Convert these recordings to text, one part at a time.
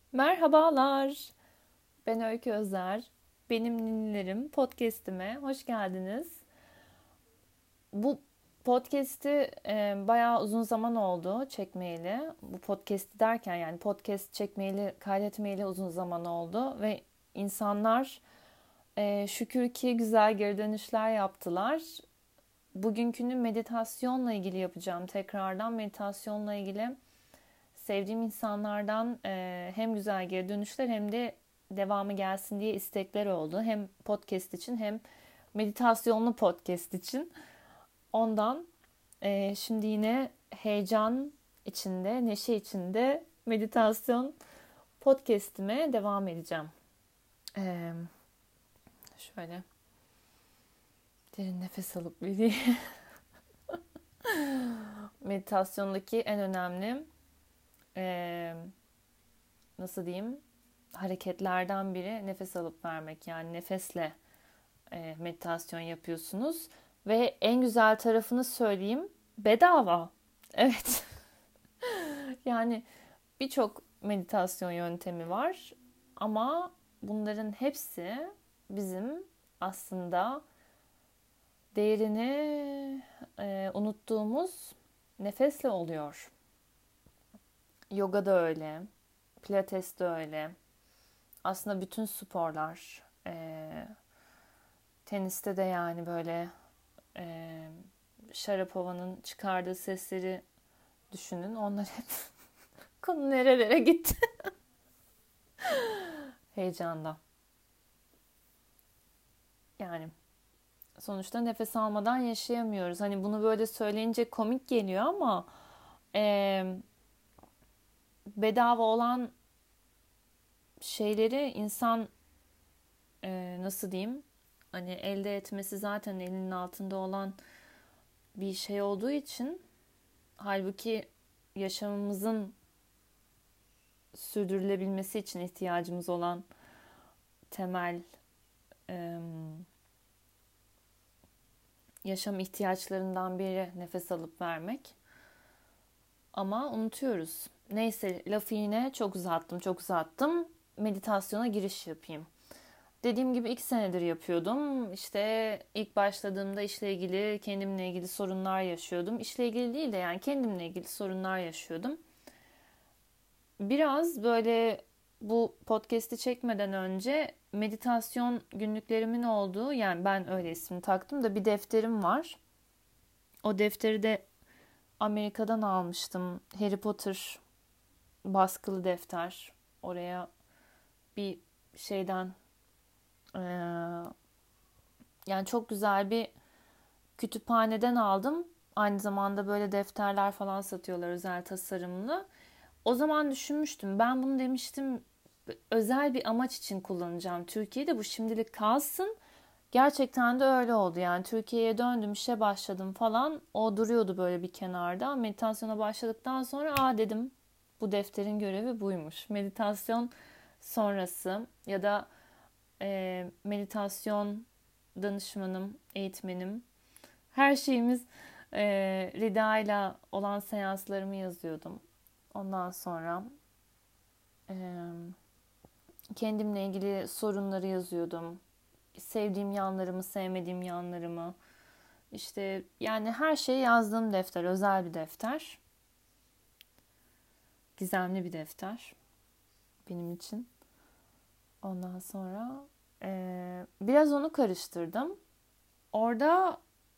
Merhabalar, ben Öykü Özer. Benim Ninnilerim podcast'ime hoş geldiniz. Bu podcast'i bayağı uzun zaman oldu çekmeyeli. Bu podcast'i derken yani podcast çekmeyeli, kaydetmeyeli uzun zaman oldu. Ve insanlar şükür ki güzel geri dönüşler yaptılar. Bugünkünü meditasyonla ilgili yapacağım. Tekrardan meditasyonla ilgili sevdiğim insanlardan hem güzel geri dönüşler hem de devamı gelsin diye istekler oldu. Hem podcast için hem meditasyonlu podcast için. Ondan şimdi yine heyecan içinde, neşe içinde meditasyon podcastime devam edeceğim. E, Şöyle derin nefes alıp bir meditasyondaki en önemli e, nasıl diyeyim hareketlerden biri nefes alıp vermek. Yani nefesle meditasyon yapıyorsunuz ve en güzel tarafını söyleyeyim, bedava. Evet. Yani birçok meditasyon yöntemi var ama bunların hepsi bizim aslında değerini unuttuğumuz nefesle oluyor. Yoga da öyle, pilates de öyle. Aslında bütün sporlar, teniste de yani böyle e, Sharapova'nın çıkardığı sesleri düşünün. Onlar hep konu nerelere gitti heyecanda. Yani sonuçta nefes almadan yaşayamıyoruz. Hani bunu böyle söyleyince komik geliyor ama e, bedava olan şeyleri insan nasıl diyeyim? Hani elde etmesi zaten elinin altında olan bir şey olduğu için halbuki yaşamımızın sürdürülebilmesi için ihtiyacımız olan temel e, yaşam ihtiyaçlarından biri nefes alıp vermek. Ama unutuyoruz. Neyse lafı yine çok uzattım. Meditasyona giriş yapayım. Dediğim gibi 2 senedir yapıyordum. İşte ilk başladığımda işle ilgili, kendimle ilgili sorunlar yaşıyordum. İşle ilgili değil de yani kendimle ilgili sorunlar yaşıyordum. Biraz böyle bu podcast'i çekmeden önce meditasyon günlüklerimin olduğu, yani ben öyle ismini taktım da bir defterim var. O defteri de Amerika'dan almıştım. Harry Potter baskılı defter. Oraya bir şeyden yani çok güzel bir kütüphaneden aldım. Aynı zamanda böyle defterler falan satıyorlar özel tasarımlı. O zaman düşünmüştüm. Ben bunu demiştim özel bir amaç için kullanacağım. Türkiye'de bu şimdilik kalsın. Gerçekten de öyle oldu. Yani Türkiye'ye döndüm, işe başladım falan. O duruyordu böyle bir kenarda. Meditasyona başladıktan sonra dedim bu defterin görevi buymuş. Meditasyon sonrası ya da meditasyon danışmanım, eğitmenim. Her şeyimiz Rida ile olan seanslarımı yazıyordum. Ondan sonra kendimle ilgili sorunları yazıyordum. Sevdiğim yanlarımı, sevmediğim yanlarımı. İşte yani her şeyi yazdığım defter, özel bir defter. Gizemli bir defter benim için. Ondan sonra biraz onu karıştırdım. Orada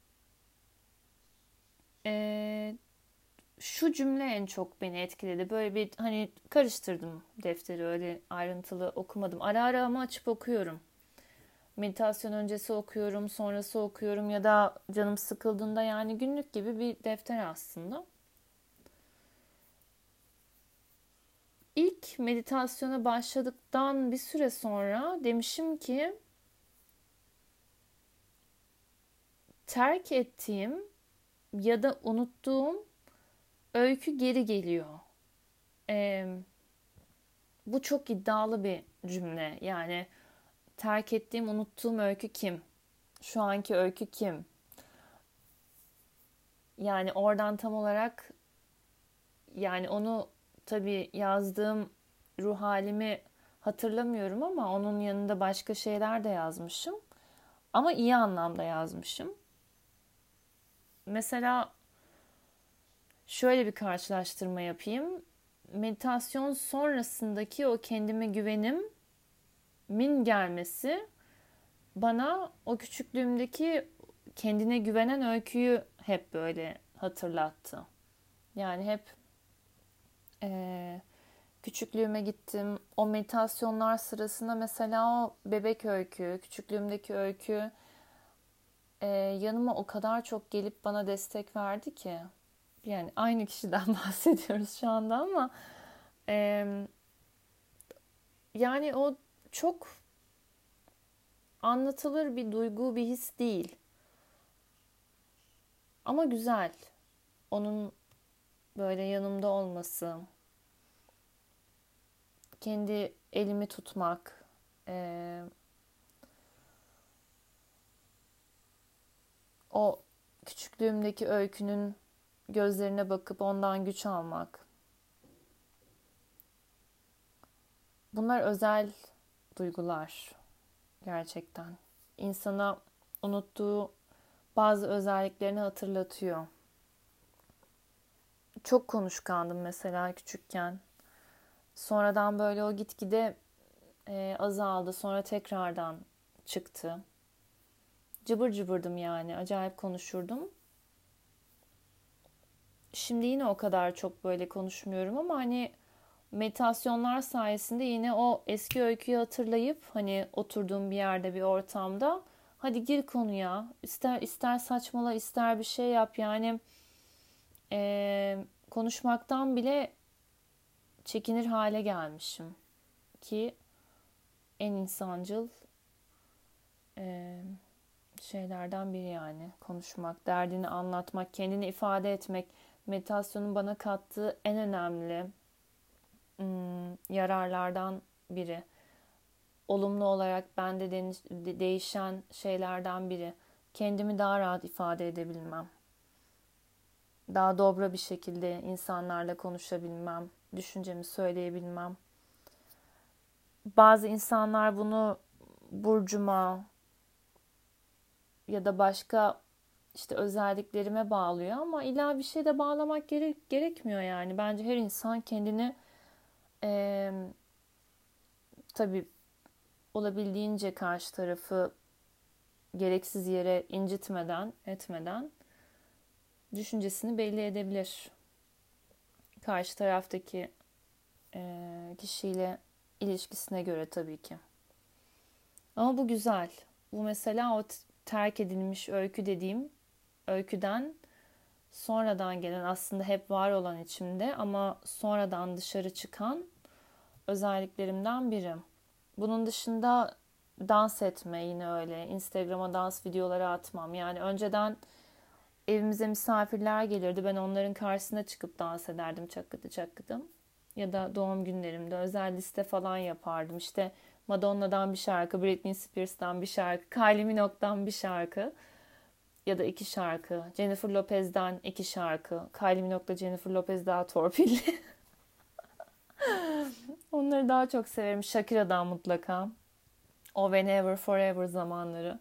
eee, şu cümle en çok beni etkiledi. Böyle bir hani karıştırdım defteri, öyle ayrıntılı okumadım. Ara ara ama açıp okuyorum. Meditasyon öncesi okuyorum, sonrası okuyorum ya da canım sıkıldığında, yani günlük gibi bir defter aslında. İlk meditasyona başladıktan bir süre sonra demişim ki terk ettiğim ya da unuttuğum öykü geri geliyor. Ee, Bu çok iddialı bir cümle. Yani terk ettiğim, unuttuğum öykü kim? Şu anki öykü kim? Yani oradan tam olarak, yani onu tabii yazdığım ruh halimi hatırlamıyorum ama onun yanında başka şeyler de yazmışım. Ama iyi anlamda yazmışım. Mesela şöyle bir karşılaştırma yapayım. Meditasyon sonrasındaki o kendime güvenimin gelmesi bana o küçüklüğümdeki kendine güvenen Öykü'yü hep böyle hatırlattı. Yani hep küçüklüğüme gittim. O meditasyonlar sırasında mesela o bebek Öykü, küçüklüğümdeki Öykü yanıma o kadar çok gelip bana destek verdi ki. Yani aynı kişiden bahsediyoruz şu anda ama e, yani o çok anlatılır bir duygu, bir his değil. Ama güzel. Onun böyle yanımda olması, kendi elimi tutmak, o küçüklüğümdeki Öykünün gözlerine bakıp ondan güç almak. Bunlar özel duygular gerçekten. İnsana unuttuğu bazı özelliklerini hatırlatıyor. Çok konuşkandım mesela küçükken. Sonradan böyle o gitgide azaldı. Sonra tekrardan çıktı. Cıbır cıbırdım yani. Acayip konuşurdum. Şimdi yine o kadar çok böyle konuşmuyorum ama hani meditasyonlar sayesinde yine o eski Öyküyü hatırlayıp hani oturduğum bir yerde bir ortamda hadi gir konuya ister saçmala ister bir şey yap yani konuşmaktan bile çekinir hale gelmişim ki en insancıl eee, şeylerden biri yani konuşmak, derdini anlatmak, kendini ifade etmek meditasyonun bana kattığı en önemli yararlardan biri. Olumlu olarak bende değişen şeylerden biri. Kendimi daha rahat ifade edebilmem. Daha dobra bir şekilde insanlarla konuşabilmem. Düşüncemi söyleyebilmem. Bazı insanlar bunu burcuma ya da başka işte özelliklerime bağlıyor ama illa bir şey de bağlamak gerekmiyor yani. Bence her insan kendini eee tabii olabildiğince karşı tarafı gereksiz yere incitmeden, etmeden düşüncesini belli edebilir. Karşı taraftaki kişiyle ilişkisine göre tabii ki. Ama bu güzel. Bu mesela o terk edilmiş öykü dediğim öyküden sonradan gelen aslında hep var olan içimde ama sonradan dışarı çıkan özelliklerimden biri. Bunun dışında dans etme yine öyle. Instagram'a dans videoları atmam. Yani önceden evimize misafirler gelirdi. Ben onların karşısına çıkıp dans ederdim çakkıdı çakkıdım. Ya da doğum günlerimde özel liste falan yapardım. İşte Madonna'dan bir şarkı, Britney Spears'tan bir şarkı, Kylie Minogue'dan bir şarkı ya da iki şarkı. Jennifer Lopez'den iki şarkı. Kylie Minogue'da Jennifer Lopez daha torpilli. Onları daha çok severim. Shakira'dan mutlaka. O Whenever Forever zamanları.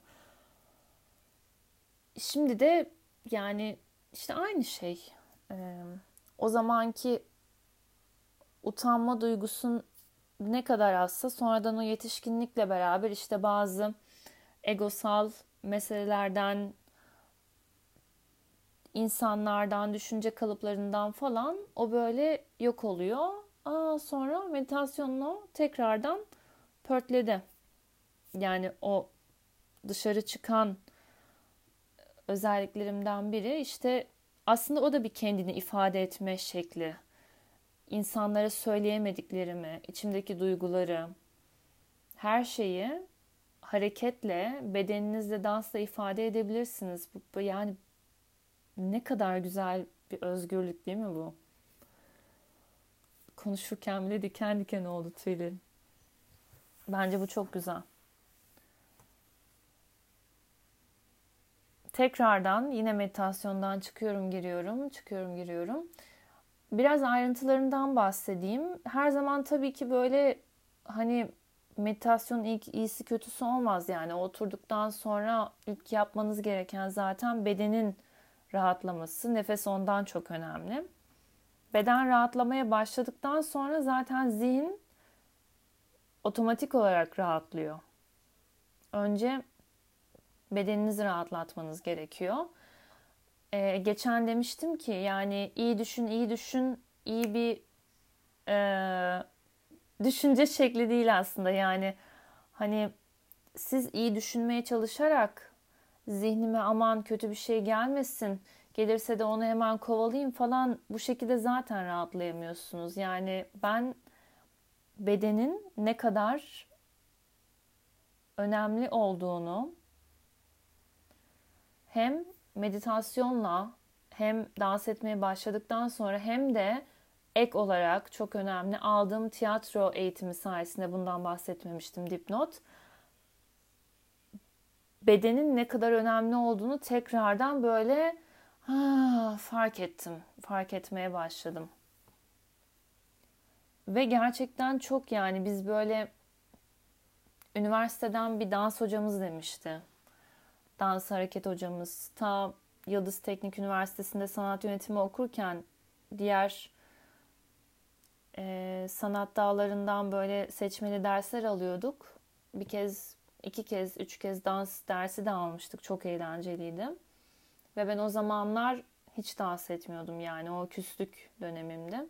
Şimdi de yani işte aynı şey. O zamanki utanma duygusun ne kadar azsa sonradan o yetişkinlikle beraber işte bazı egosal meselelerden, insanlardan, düşünce kalıplarından falan o böyle yok oluyor. Sonra meditasyonla tekrardan pörtledi. Yani o dışarı çıkan özelliklerimden biri işte aslında o da bir kendini ifade etme şekli. İnsanlara söyleyemediklerimi, içimdeki duyguları, her şeyi hareketle, bedeninizle, dansla ifade edebilirsiniz. Yani ne kadar güzel bir özgürlük değil mi bu? Konuşurken bile diken diken oldu tüylerim. Bence bu çok güzel. Tekrardan yine meditasyondan çıkıyorum, giriyorum, çıkıyorum, giriyorum. Biraz ayrıntılarından bahsedeyim. Her zaman tabii ki böyle hani meditasyonun ilk iyisi kötüsü olmaz yani. Oturduktan sonra ilk yapmanız gereken zaten bedenin rahatlaması. Nefes ondan çok önemli. Beden rahatlamaya başladıktan sonra zaten zihin otomatik olarak rahatlıyor. Önce bedeninizi rahatlatmanız gerekiyor. Geçen demiştim ki yani iyi düşün, iyi düşün, iyi bir e, düşünce şekli değil aslında. Yani hani siz iyi düşünmeye çalışarak zihnime aman kötü bir şey gelmesin, gelirse de onu hemen kovalayayım falan bu şekilde zaten rahatlayamıyorsunuz. Yani ben bedenin ne kadar önemli olduğunu hem meditasyonla hem dans etmeye başladıktan sonra hem de ek olarak çok önemli aldığım tiyatro eğitimi sayesinde bundan bahsetmemiştim dipnot. Bedenin ne kadar önemli olduğunu tekrardan böyle fark ettim. Fark etmeye başladım. Ve gerçekten çok yani biz böyle üniversiteden bir dans hocamız demişti. Dans hareket hocamız. Ta Yıldız Teknik Üniversitesi'nde sanat yönetimi okurken diğer sanat dallarından böyle seçmeli dersler alıyorduk. Bir kez, iki kez, üç kez dans dersi de almıştık. Çok eğlenceliydi. Ve ben o zamanlar hiç dans etmiyordum yani o küslük dönemimde.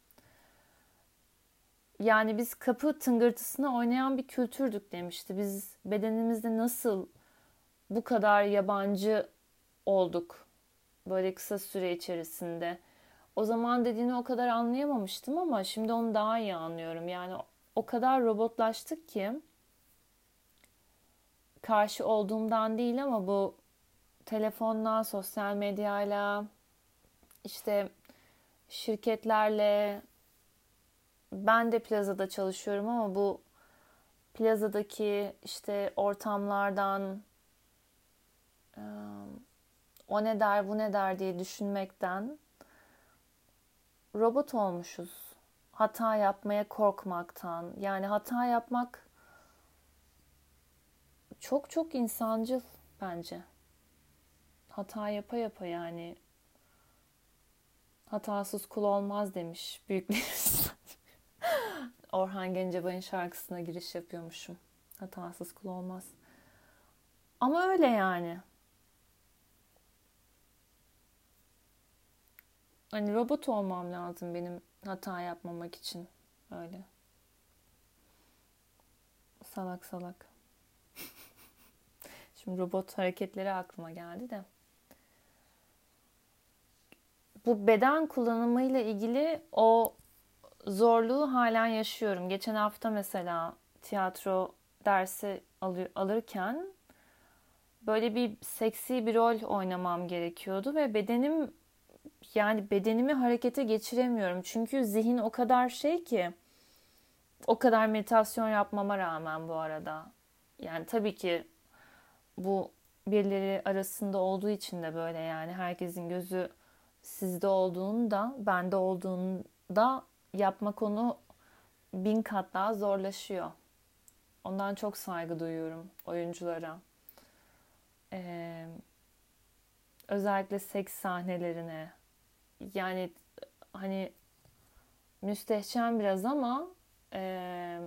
Yani biz kapı tıngırtısına oynayan bir kültürdük demişti. Biz bedenimizde nasıl bu kadar yabancı olduk böyle kısa süre içerisinde. O zaman dediğini o kadar anlayamamıştım ama şimdi onu daha iyi anlıyorum. Yani o kadar robotlaştık ki karşı olduğumdan değil ama bu telefonla, sosyal medyayla, işte şirketlerle ben de plazada çalışıyorum ama bu plazadaki işte ortamlardan o ne der bu ne der diye düşünmekten robot olmuşuz. Hata yapmaya korkmaktan. Yani hata yapmak çok çok insancıl bence. Hata yapa yapa yani hatasız kul olmaz demiş büyüklerimiz. Orhan Gencebay'ın şarkısına giriş yapıyormuşum. Hatasız kul olmaz. Ama öyle yani. Hani robot olmam lazım benim hata yapmamak için. Öyle. Salak salak. Şimdi robot hareketleri aklıma geldi de. Bu beden kullanımıyla ilgili o zorluğu halen yaşıyorum. Geçen hafta mesela tiyatro dersi alırken böyle bir seksi bir rol oynamam gerekiyordu ve bedenimi harekete geçiremiyorum. Çünkü zihin o kadar şey ki o kadar meditasyon yapmama rağmen bu arada. Yani tabii ki bu birileri arasında olduğu için de böyle yani herkesin gözü sizde olduğunda, bende olduğunda yapmak onu 1000 kat daha zorlaşıyor. Ondan çok saygı duyuyorum oyunculara. Ee, Özellikle seks sahnelerine. Yani hani müstehcen biraz ama e,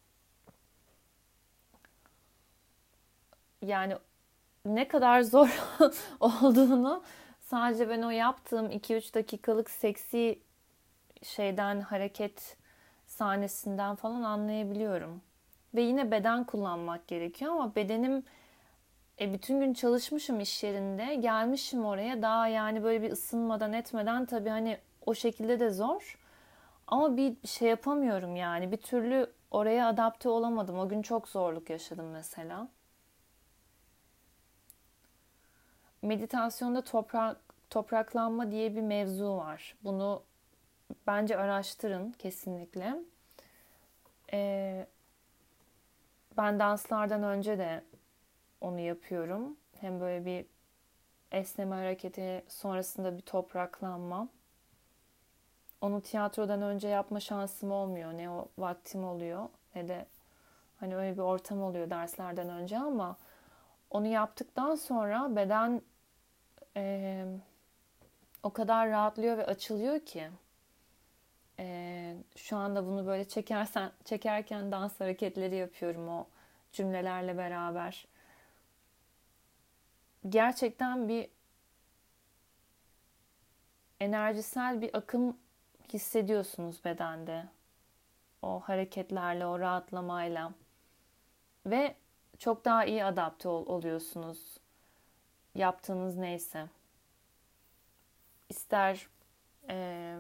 yani ne kadar zor olduğunu sadece ben o yaptığım 2-3 dakikalık seksi şeyden hareket sahnesinden falan anlayabiliyorum. Ve yine beden kullanmak gerekiyor ama bedenim bütün gün çalışmışım iş yerinde. Gelmişim oraya daha yani böyle bir ısınmadan etmeden tabii hani o şekilde de zor. Ama bir şey yapamıyorum yani. Bir türlü oraya adapte olamadım. O gün çok zorluk yaşadım mesela. Meditasyonda topraklanma diye bir mevzu var. Bunu bence araştırın kesinlikle. Ee, Ben danslardan önce de onu yapıyorum. Hem böyle bir esneme hareketi sonrasında bir topraklanma. Onu tiyatrodan önce yapma şansım olmuyor. Ne o vaktim oluyor ne de hani öyle bir ortam oluyor derslerden önce, ama onu yaptıktan sonra beden e, o kadar rahatlıyor ve açılıyor ki şu anda bunu böyle çekerken dans hareketleri yapıyorum o cümlelerle beraber. Gerçekten bir enerjisel bir akım hissediyorsunuz bedende. O hareketlerle, o rahatlamayla ve çok daha iyi adapte oluyorsunuz yaptığınız neyse. İster e,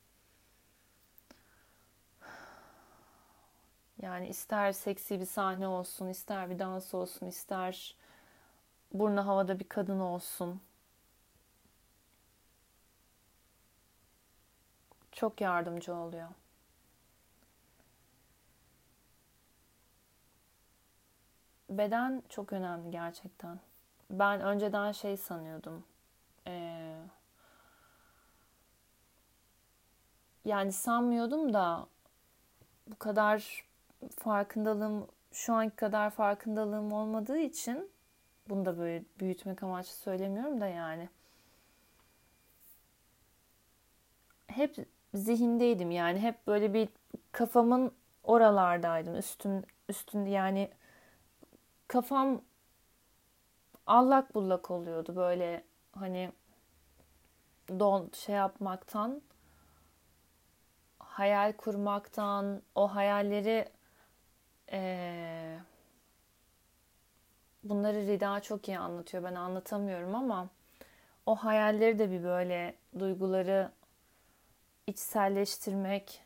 yani ister seksi bir sahne olsun, ister bir dans olsun, ister burnu havada bir kadın olsun. Çok yardımcı oluyor. Beden çok önemli gerçekten. Ben önceden şey sanıyordum. Ee, Yani sanmıyordum da bu kadar farkındalığım, şu anki kadar farkındalığım olmadığı için, bunu da böyle büyütmek amaçlı söylemiyorum da yani. Hep zihindeydim yani, hep böyle bir kafamın oralardaydım. Üstün yani, kafam allak bullak oluyordu böyle, hani şey yapmaktan, hayal kurmaktan, o hayalleri eee, bunları Rida çok iyi anlatıyor. Ben anlatamıyorum ama o hayalleri de bir böyle duyguları içselleştirmek,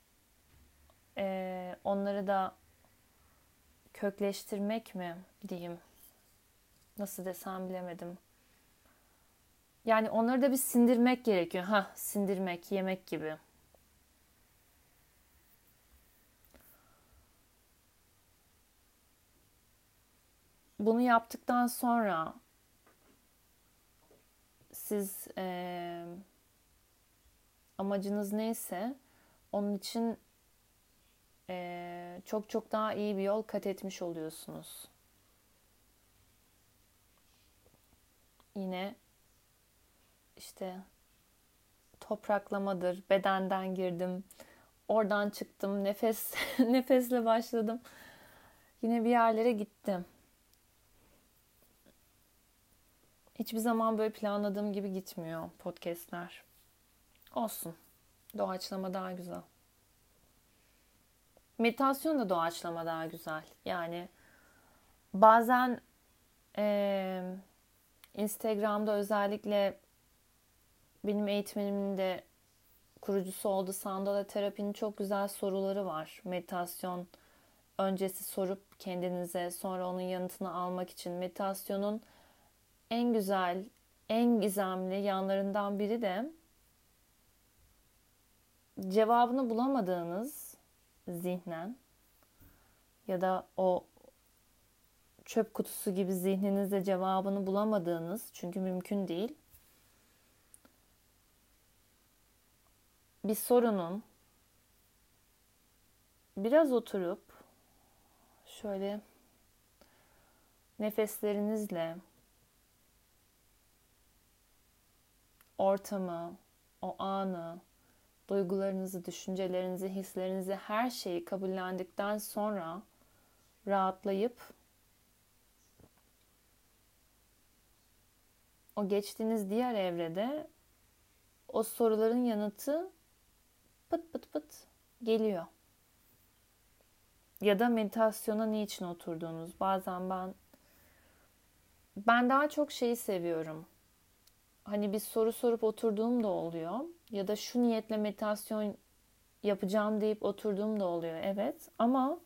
onları da kökleştirmek mi diyeyim, nasıl desem bilemedim. Yani onları da bir sindirmek gerekiyor. Ha, sindirmek, yemek gibi. Bunu yaptıktan sonra siz amacınız neyse onun için çok çok daha iyi bir yol kat etmiş oluyorsunuz. Yine işte topraklamadır, bedenden girdim, oradan çıktım, nefesle başladım. Yine bir yerlere gittim. Hiçbir zaman böyle planladığım gibi gitmiyor podcastler. Olsun. Doğaçlama daha güzel. Meditasyon da doğaçlama daha güzel. Yani bazen eee, Instagram'da özellikle benim eğitmenimin de kurucusu oldu, Sandala Terapi'nin çok güzel soruları var. Meditasyon öncesi sorup kendinize, sonra onun yanıtını almak için. Meditasyonun en güzel, en gizemli yanlarından biri de cevabını bulamadığınız zihnen ya da o çöp kutusu gibi zihninizde cevabını bulamadığınız, çünkü mümkün değil, bir sorunun biraz oturup şöyle nefeslerinizle ortamı, o anı, duygularınızı, düşüncelerinizi, hislerinizi, her şeyi kabullendikten sonra rahatlayıp o geçtiğiniz diğer evrede o soruların yanıtı pıt pıt pıt geliyor. Ya da meditasyona niçin oturduğunuz. Bazen ben daha çok şeyi seviyorum. Hani bir soru sorup oturduğum da oluyor. Ya da şu niyetle meditasyon yapacağım deyip oturduğum da oluyor. Evet. Ama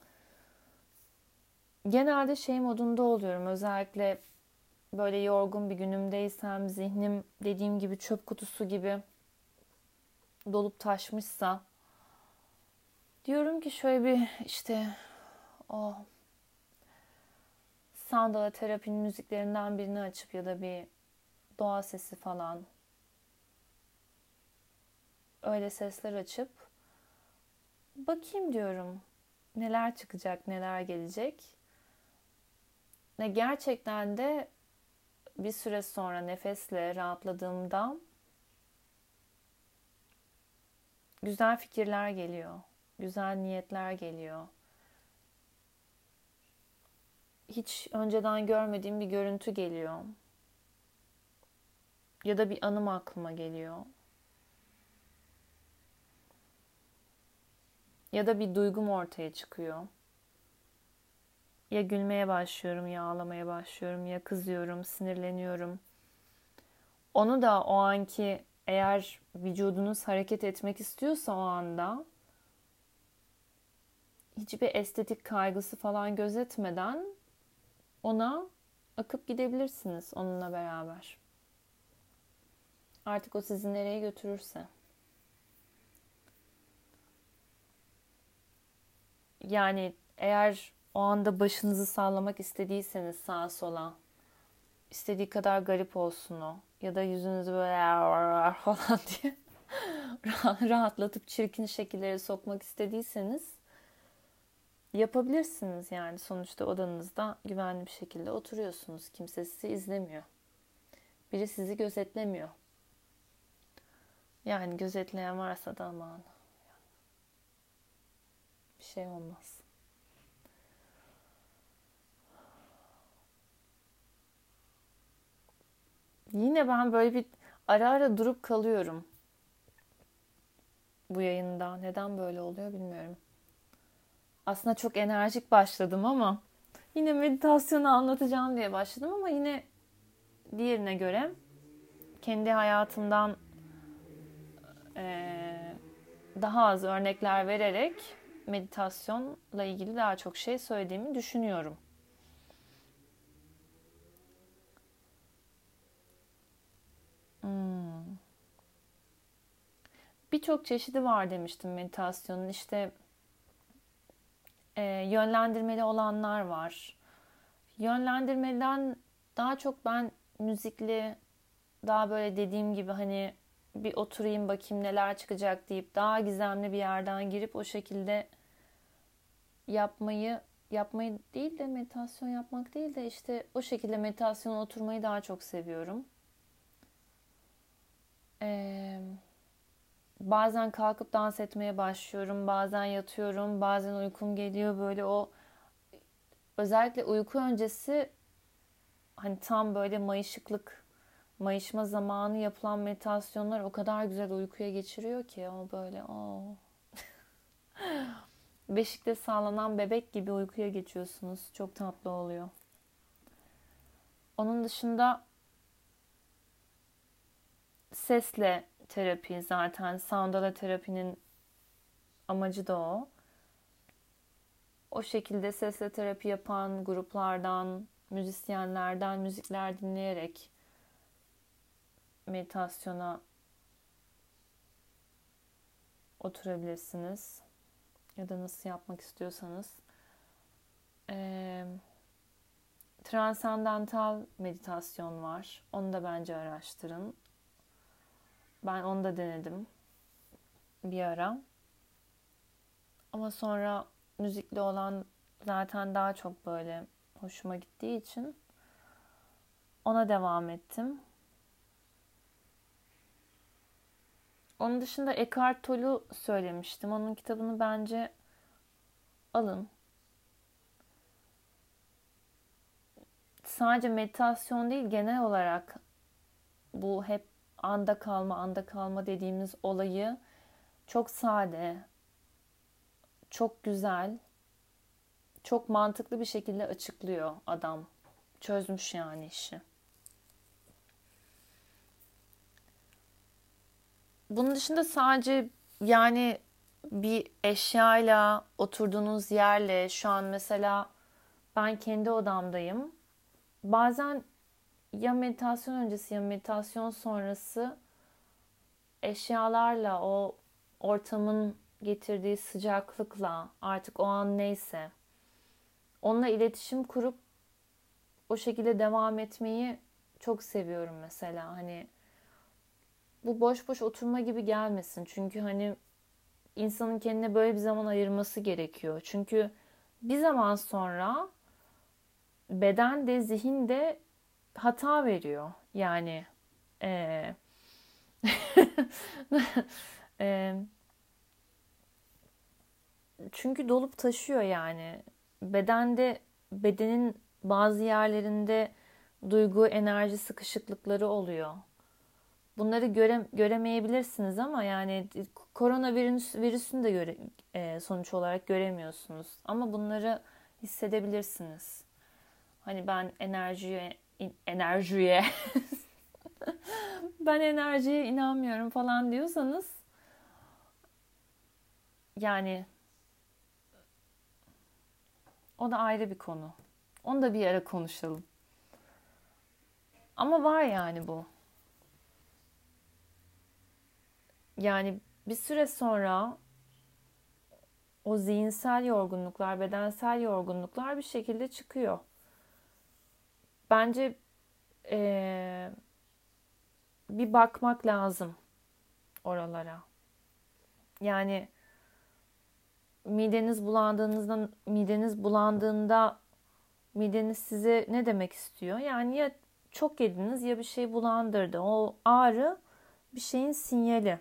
genelde şey modunda oluyorum. Özellikle böyle yorgun bir günümdeysem, zihnim dediğim gibi çöp kutusu gibi dolup taşmışsa, diyorum ki şöyle bir işte o sandala terapinin müziklerinden birini açıp ya da bir doğa sesi falan, öyle sesler açıp bakayım diyorum. Neler çıkacak, neler gelecek. Ve gerçekten de bir süre sonra nefesle rahatladığımda güzel fikirler geliyor. Güzel niyetler geliyor. Hiç önceden görmediğim bir görüntü geliyor. Ya da bir anım aklıma geliyor. Ya da bir duygum ortaya çıkıyor. Ya gülmeye başlıyorum, ya ağlamaya başlıyorum, ya kızıyorum, sinirleniyorum. Onu da o anki, eğer vücudunuz hareket etmek istiyorsa o anda hiçbir estetik kaygısı falan gözetmeden ona akıp gidebilirsiniz onunla beraber. Artık o sizi nereye götürürse. Yani eğer o anda başınızı sallamak istediyseniz sağa sola, istediği kadar garip olsun o. Ya da yüzünüzü böyle falan diye rahatlatıp çirkin şekillere sokmak istediyseniz yapabilirsiniz yani. Sonuçta odanızda güvenli bir şekilde oturuyorsunuz. Kimse sizi izlemiyor. Biri sizi gözetlemiyor. Yani gözetleyen varsa da aman bir şey olmaz. Yine ben böyle bir ara ara durup kalıyorum bu yayında. Neden böyle oluyor bilmiyorum. Aslında çok enerjik başladım ama yine meditasyonu anlatacağım diye başladım ama yine diğerine göre kendi hayatımdan daha az örnekler vererek meditasyonla ilgili daha çok şey söylediğimi düşünüyorum. Birçok çeşidi var demiştim meditasyonun. İşte yönlendirmeli olanlar var. Yönlendirmeden daha çok ben müzikli, daha böyle dediğim gibi hani bir oturayım bakayım neler çıkacak deyip daha gizemli bir yerden girip o şekilde yapmayı değil de meditasyon yapmak değil de işte o şekilde meditasyona oturmayı daha çok seviyorum. Bazen kalkıp dans etmeye başlıyorum, bazen yatıyorum, bazen uykum geliyor böyle o özellikle uyku öncesi hani tam böyle mayışma zamanı yapılan meditasyonlar o kadar güzel uykuya geçiriyor ki o böyle beşikte sallanan bebek gibi uykuya geçiyorsunuz. Çok tatlı oluyor. Onun dışında sesle terapi zaten Soundala terapinin amacı da o. O şekilde sesle terapi yapan gruplardan, müzisyenlerden müzikler dinleyerek meditasyona oturabilirsiniz. Ya da nasıl yapmak istiyorsanız. Ee, Transandantal meditasyon var. Onu da bence araştırın. Ben onu da denedim bir ara. Ama sonra müzikli olan zaten daha çok böyle hoşuma gittiği için ona devam ettim. Onun dışında Eckhart Tolle'u söylemiştim. Onun kitabını bence alın. Sadece meditasyon değil, genel olarak bu hep anda kalma dediğimiz olayı çok sade, çok güzel, çok mantıklı bir şekilde açıklıyor adam. Çözmüş yani işi. Bunun dışında sadece yani bir eşyayla, oturduğunuz yerle, şu an mesela ben kendi odamdayım. Bazen ya meditasyon öncesi ya meditasyon sonrası eşyalarla, o ortamın getirdiği sıcaklıkla, artık o an neyse onunla iletişim kurup o şekilde devam etmeyi çok seviyorum mesela. Hani bu boş boş oturma gibi gelmesin. Çünkü hani insanın kendine böyle bir zaman ayırması gerekiyor. Çünkü bir zaman sonra beden de zihin de hata veriyor. Yani eee, eee, çünkü dolup taşıyor yani. Bedenin bazı yerlerinde duygu, enerji sıkışıklıkları oluyor. Bunları göremeyebilirsiniz ama yani koronavirüsünü de sonuç olarak göremiyorsunuz. Ama bunları hissedebilirsiniz. Hani ben enerjiye ben enerjiye inanmıyorum falan diyorsanız yani o da ayrı bir konu. Onu da bir ara konuşalım. Ama var yani bu. Yani bir süre sonra o zihinsel yorgunluklar, bedensel yorgunluklar bir şekilde çıkıyor. Bence eee, bir bakmak lazım oralara. Yani mideniz bulandığında mideniz size ne demek istiyor? Yani ya çok yediniz ya bir şey bulandırdı. O ağrı bir şeyin sinyali.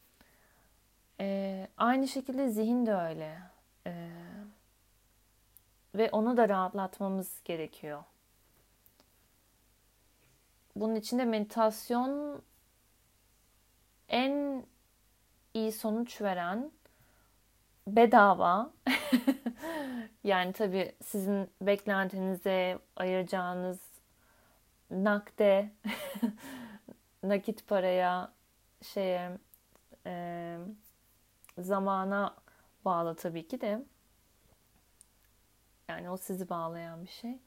Aynı şekilde zihin de öyle. Ee, ve onu da rahatlatmamız gerekiyor. Bunun için de meditasyon en iyi sonuç veren bedava. Yani tabii sizin beklentinize ayıracağınız nakde, nakit paraya, şeye, e, zamana bağlı tabii ki de. Yani o sizi bağlayan bir şey.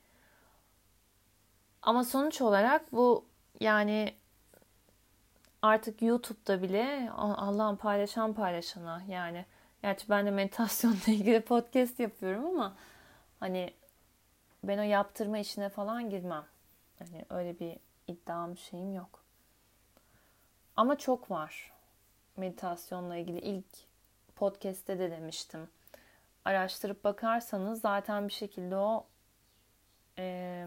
Ama sonuç olarak bu yani artık YouTube'da bile Allah'ın paylaşana yani gerçi ben de meditasyonla ilgili podcast yapıyorum ama hani ben o yaptırma işine falan girmem. Hani öyle bir iddiam şeyim yok. Ama çok var. Meditasyonla ilgili ilk podcast'te de demiştim. Araştırıp bakarsanız zaten bir şekilde o e,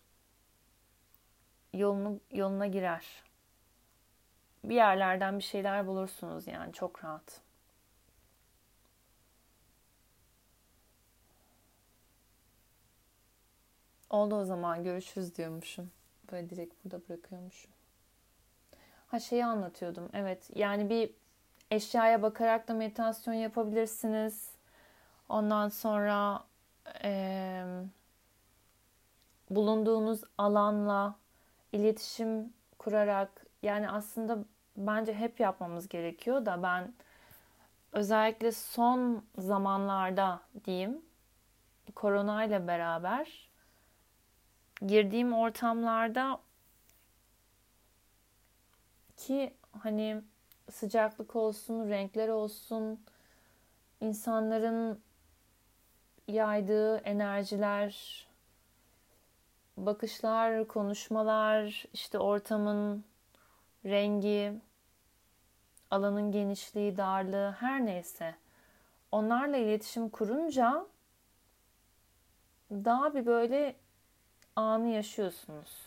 yoluna girer. Bir yerlerden bir şeyler bulursunuz yani çok rahat. Oldu o zaman görüşürüz diyormuşum. Böyle direkt burada bırakıyormuşum. Ha şeyi anlatıyordum. Evet yani bir eşyaya bakarak da meditasyon yapabilirsiniz. Ondan sonra eee, bulunduğunuz alanla iletişim kurarak yani aslında bence hep yapmamız gerekiyor da ben özellikle son zamanlarda diyeyim korona ile beraber girdiğim ortamlarda ki hani sıcaklık olsun, renkler olsun, insanların yaydığı enerjiler, bakışlar, konuşmalar, işte ortamın rengi, alanın genişliği, darlığı her neyse. Onlarla iletişim kurunca daha bir böyle anı yaşıyorsunuz.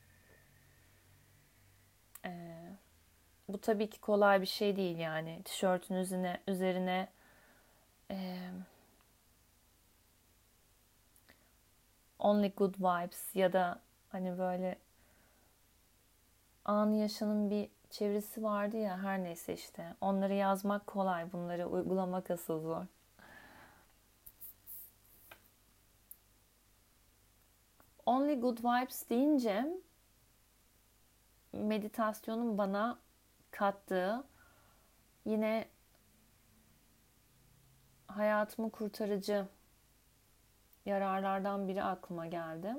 Bu tabii ki kolay bir şey değil yani. Tişörtün üzerine e, only good vibes ya da hani böyle anı yaşanın bir çevresi vardı ya her neyse işte. Onları yazmak kolay, bunları uygulamak asıl zor. Only good vibes deyince meditasyonun bana kattığı yine hayatımı kurtarıcı yararlardan biri aklıma geldi.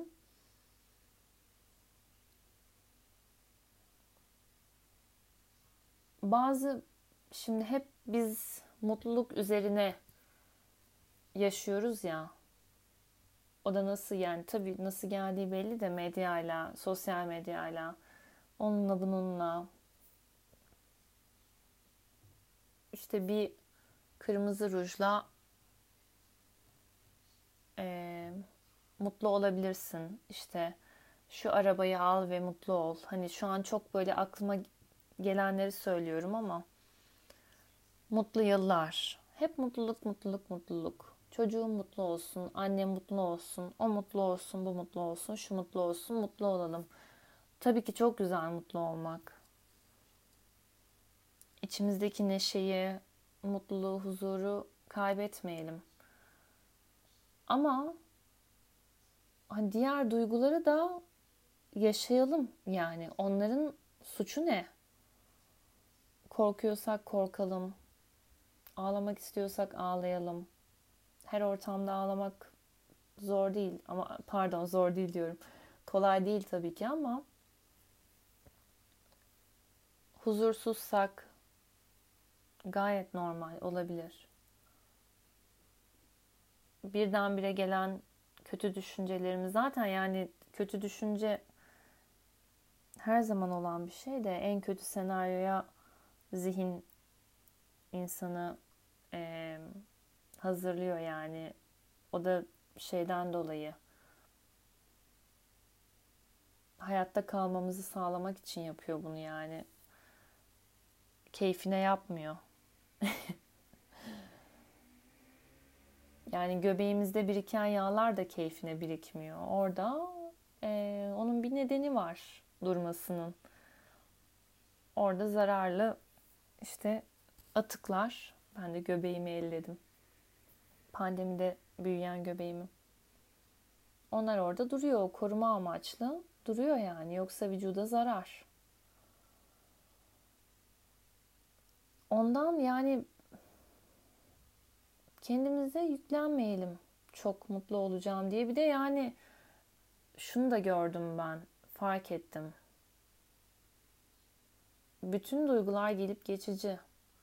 Bazı şimdi hep biz mutluluk üzerine yaşıyoruz ya. O da nasıl yani tabii nasıl geldiği belli de medyayla, sosyal medyayla, onunla bununla. işte bir kırmızı rujla e, mutlu olabilirsin. İşte şu arabayı al ve mutlu ol. Hani şu an çok böyle aklıma gelenleri söylüyorum ama mutlu yıllar. Hep mutluluk, mutluluk, mutluluk. Çocuğum mutlu olsun, annem mutlu olsun, o mutlu olsun, bu mutlu olsun, şu mutlu olsun, mutlu olalım. Tabii ki çok güzel mutlu olmak. İçimizdeki neşeyi, mutluluğu, huzuru kaybetmeyelim. Ama hani diğer duyguları da yaşayalım yani. Onların suçu ne? Korkuyorsak korkalım. Ağlamak istiyorsak ağlayalım. Her ortamda ağlamak zor değil ama pardon zor değil diyorum. Kolay değil tabii ki ama huzursuzsak gayet normal olabilir. Birdenbire gelen kötü düşüncelerimiz zaten yani kötü düşünce her zaman olan bir şey de en kötü senaryoya zihin insanı eee, hazırlıyor yani. O da şeyden dolayı hayatta kalmamızı sağlamak için yapıyor bunu yani. Keyfine yapmıyor. Yani göbeğimizde biriken yağlar da keyfine birikmiyor. Orada onun bir nedeni var durmasının. Orada zararlı işte atıklar. Ben de göbeğimi elledim. Pandemide büyüyen göbeğimi. Onlar orada duruyor. Koruma amaçlı duruyor yani. Yoksa vücuda zarar. Ondan yani kendimize yüklenmeyelim. Çok mutlu olacağım diye. Bir de yani şunu da gördüm ben. Fark ettim. Bütün duygular gelip geçici.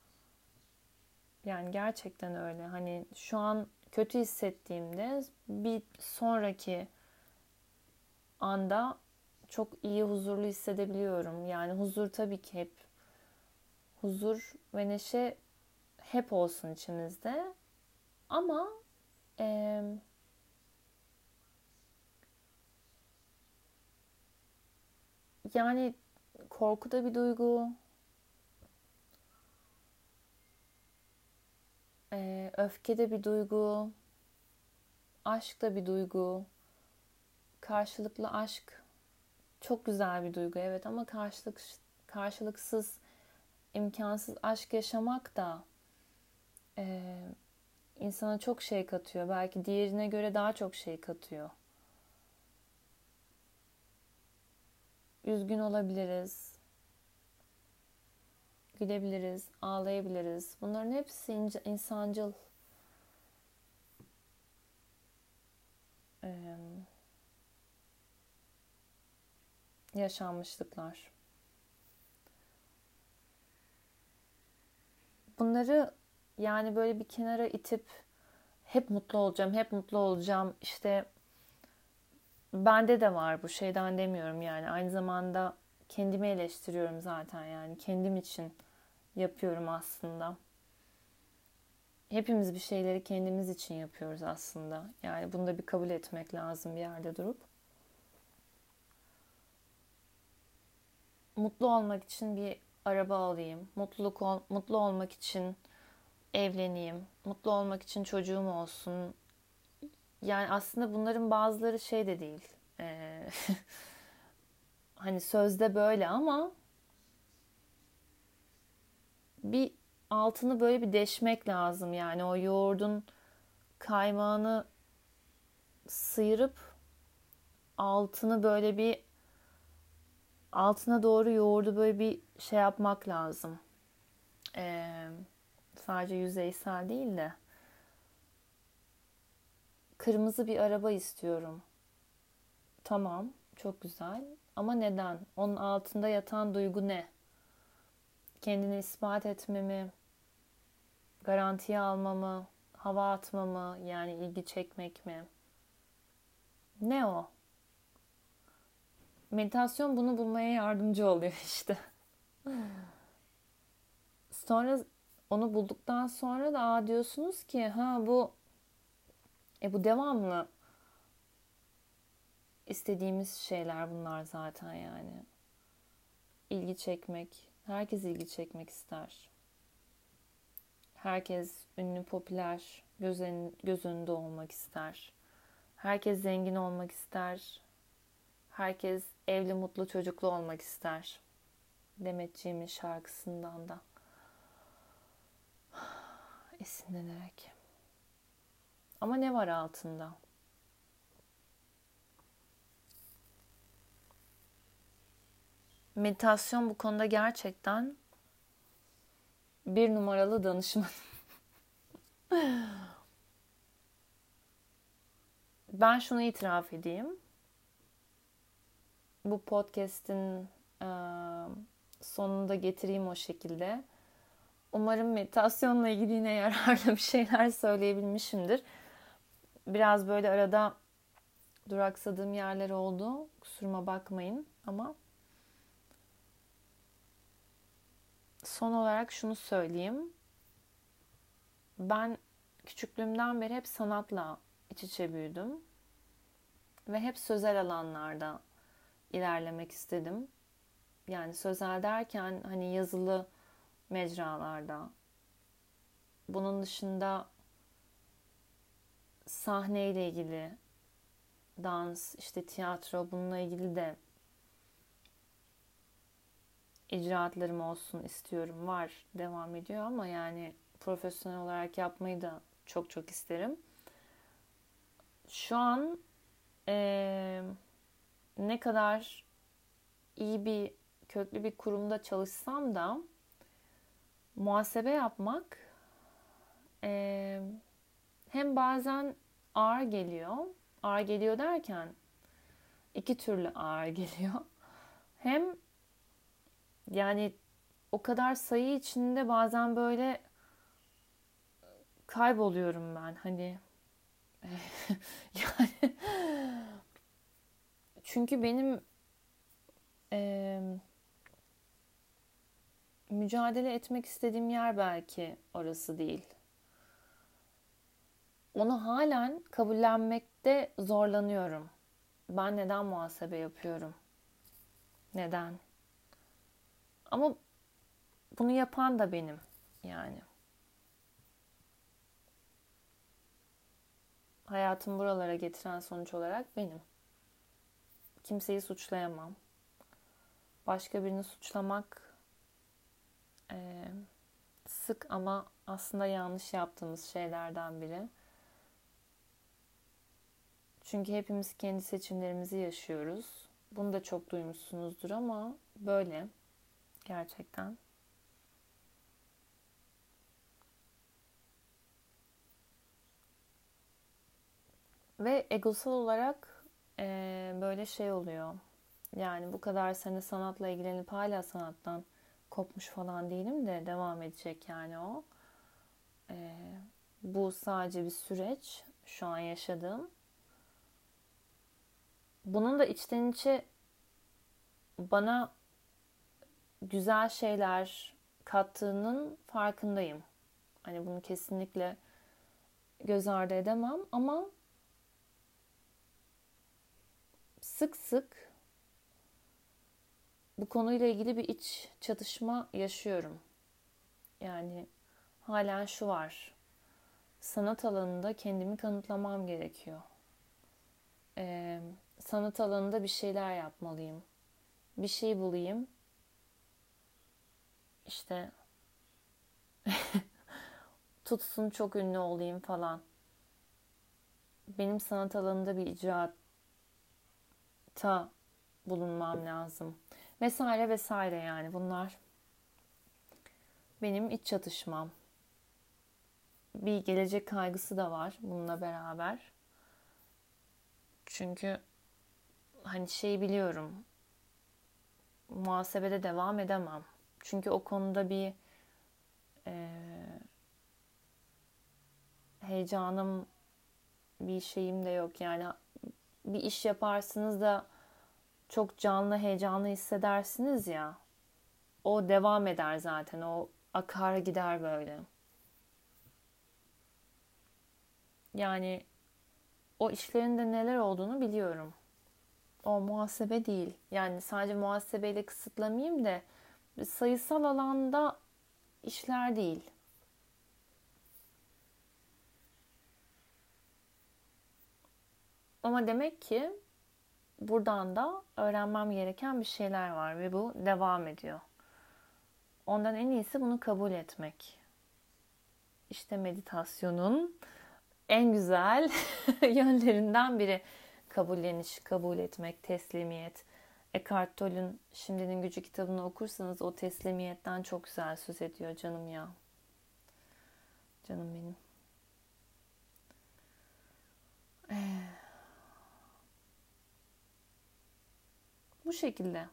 Yani gerçekten öyle. Hani şu an kötü hissettiğimde bir sonraki anda çok iyi, huzurlu hissedebiliyorum. Yani huzur tabii ki hep huzur ve neşe hep olsun içimizde. Ama e, yani korku da bir duygu, öfke de bir duygu, aşk da bir duygu. Karşılıklı aşk çok güzel bir duygu evet ama karşılıksız, imkansız aşk yaşamak da e, insana çok şey katıyor. Belki diğerine göre daha çok şey katıyor. Üzgün olabiliriz, gülebiliriz, ağlayabiliriz. Bunların hepsi insancıl e, yaşanmışlıklar. Bunları yani böyle bir kenara itip hep mutlu olacağım, hep mutlu olacağım. İşte bende de var bu şeyden demiyorum yani. Aynı zamanda kendimi eleştiriyorum zaten yani. Kendim için yapıyorum aslında. Hepimiz bir şeyleri kendimiz için yapıyoruz aslında. Yani bunu da bir kabul etmek lazım bir yerde durup. Mutlu olmak için bir araba alayım. Mutlu olmak için evleneyim. Mutlu olmak için çocuğum olsun. Yani aslında bunların bazıları şey de değil. Hani sözde böyle ama bir altını böyle bir deşmek lazım. Yani o yoğurdun kaymağını sıyırıp altını böyle bir altına doğru yoğurdu böyle bir şey yapmak lazım. Ee, Sadece yüzeysel değil de kırmızı bir araba istiyorum. Tamam, çok güzel. Ama neden? Onun altında yatan duygu ne? Kendini ispat etmemi, garantiye almamı, hava atmamı, yani ilgi çekmek mi? Ne o? Meditasyon bunu bulmaya yardımcı oluyor işte. Sonra onu bulduktan sonra da diyorsunuz ki bu devamlı istediğimiz şeyler bunlar zaten yani. İlgi çekmek, herkes ilgi çekmek ister. Herkes ünlü, popüler, göz önünde olmak ister. Herkes zengin olmak ister. Herkes evli, mutlu, çocuklu olmak ister. Demetciğimin şarkısından da esinlenerek. Ama ne var altında? Meditasyon bu konuda gerçekten bir numaralı danışman. Ben şunu itiraf edeyim. Bu podcast'in sonunda getireyim o şekilde. Umarım meditasyonla ilgili yine yararlı bir şeyler söyleyebilmişimdir. Biraz böyle arada duraksadığım yerler oldu. Kusuruma bakmayın ama son olarak şunu söyleyeyim. Ben küçüklüğümden beri hep sanatla iç içe büyüdüm. Ve hep sözel alanlarda ilerlemek istedim. Yani sözel derken hani yazılı mecralarda. Bunun dışında sahneyle ilgili, dans, işte tiyatro, bununla ilgili de icraatlarım olsun istiyorum. Var, devam ediyor ama yani profesyonel olarak yapmayı da çok çok isterim. Şu an ne kadar iyi bir, köklü bir kurumda çalışsam da muhasebe yapmak hem bazen ağır geliyor. Ağır geliyor derken iki türlü ağır geliyor. Hem yani o kadar sayı içinde bazen böyle kayboluyorum ben. Hani yani çünkü benim mücadele etmek istediğim yer belki orası değil. Onu halen kabullenmekte zorlanıyorum. Ben neden muhasebe yapıyorum? Neden? Ama bunu yapan da benim yani. Hayatımı buralara getiren sonuç olarak benim. Kimseyi suçlayamam. Başka birini suçlamak sık ama aslında yanlış yaptığımız şeylerden biri. Çünkü hepimiz kendi seçimlerimizi yaşıyoruz. Bunu da çok duymuşsunuzdur ama böyle gerçekten. Ve egosal olarak böyle şey oluyor. Yani bu kadar sene sanatla ilgilenip hala sanattan kopmuş falan değilim de devam edecek yani o. Eee, Bu sadece bir süreç. Şu an yaşadığım. Bunun da içten içe bana güzel şeyler kattığının farkındayım. Hani bunu kesinlikle göz ardı edemem ama sık sık bu konuyla ilgili bir iç çatışma yaşıyorum. Yani halen şu var. Sanat alanında kendimi kanıtlamam gerekiyor. Ee, Sanat alanında bir şeyler yapmalıyım. Bir şey bulayım. İşte tutsun çok ünlü olayım falan. Benim sanat alanında bir icraatta bulunmam lazım. Vesaire vesaire yani bunlar benim iç çatışmam. Bir gelecek kaygısı da var bununla beraber. Çünkü hani şey biliyorum. Muhasebede devam edemem. Çünkü o konuda bir heyecanım, bir şeyim de yok. Yani bir iş yaparsınız da çok canlı, heyecanlı hissedersiniz ya. O devam eder zaten. O akar gider böyle. Yani o işlerin de neler olduğunu biliyorum. O muhasebe değil. Yani sadece muhasebeyle kısıtlamayayım da sayısal alanda işler değil. Ama demek ki buradan da öğrenmem gereken bir şeyler var ve bu devam ediyor. Ondan en iyisi bunu kabul etmek. İşte meditasyonun en güzel yönlerinden biri kabulleniş, kabul etmek, teslimiyet. Eckhart Tolle'ün Şimdinin Gücü kitabını okursanız o teslimiyetten çok güzel söz ediyor canım ya. Canım benim. Bu şekilde.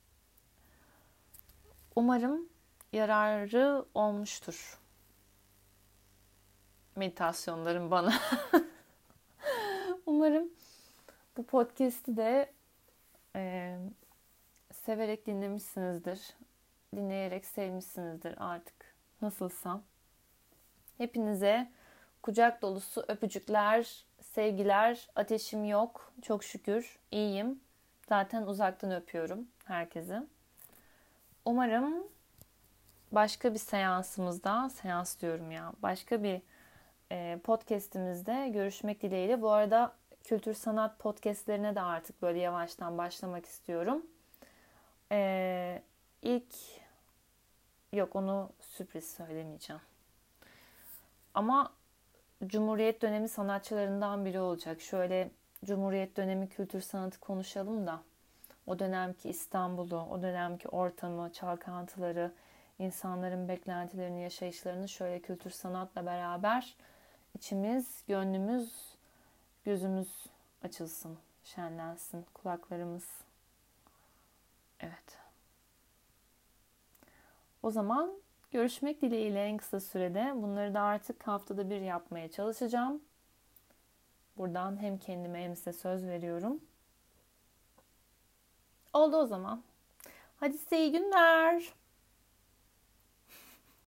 Umarım yararı olmuştur meditasyonlarım bana. Umarım bu podcast'i de e, severek dinlemişsinizdir. Dinleyerek sevmişsinizdir artık. Nasılsam. Hepinize kucak dolusu öpücükler, sevgiler. Ateşim yok. Çok şükür. İyiyim. Zaten uzaktan öpüyorum herkesi. Umarım başka bir seansımızda, seans diyorum ya, başka bir podcast'imizde görüşmek dileğiyle. Bu arada kültür sanat podcast'lerine de artık böyle yavaştan başlamak istiyorum. İlk yok, onu sürpriz söylemeyeceğim. Ama Cumhuriyet dönemi sanatçılarından biri olacak. Şöyle Cumhuriyet dönemi kültür sanatı konuşalım da o dönemki İstanbul'u, o dönemki ortamı, çalkantıları, insanların beklentilerini, yaşayışlarını şöyle kültür sanatla beraber içimiz, gönlümüz, gözümüz açılsın, şenlensin, kulaklarımız. Evet. O zaman görüşmek dileğiyle en kısa sürede. Bunları da artık haftada bir yapmaya çalışacağım. Buradan hem kendime hem size söz veriyorum. Oldu o zaman. Hadi size iyi günler.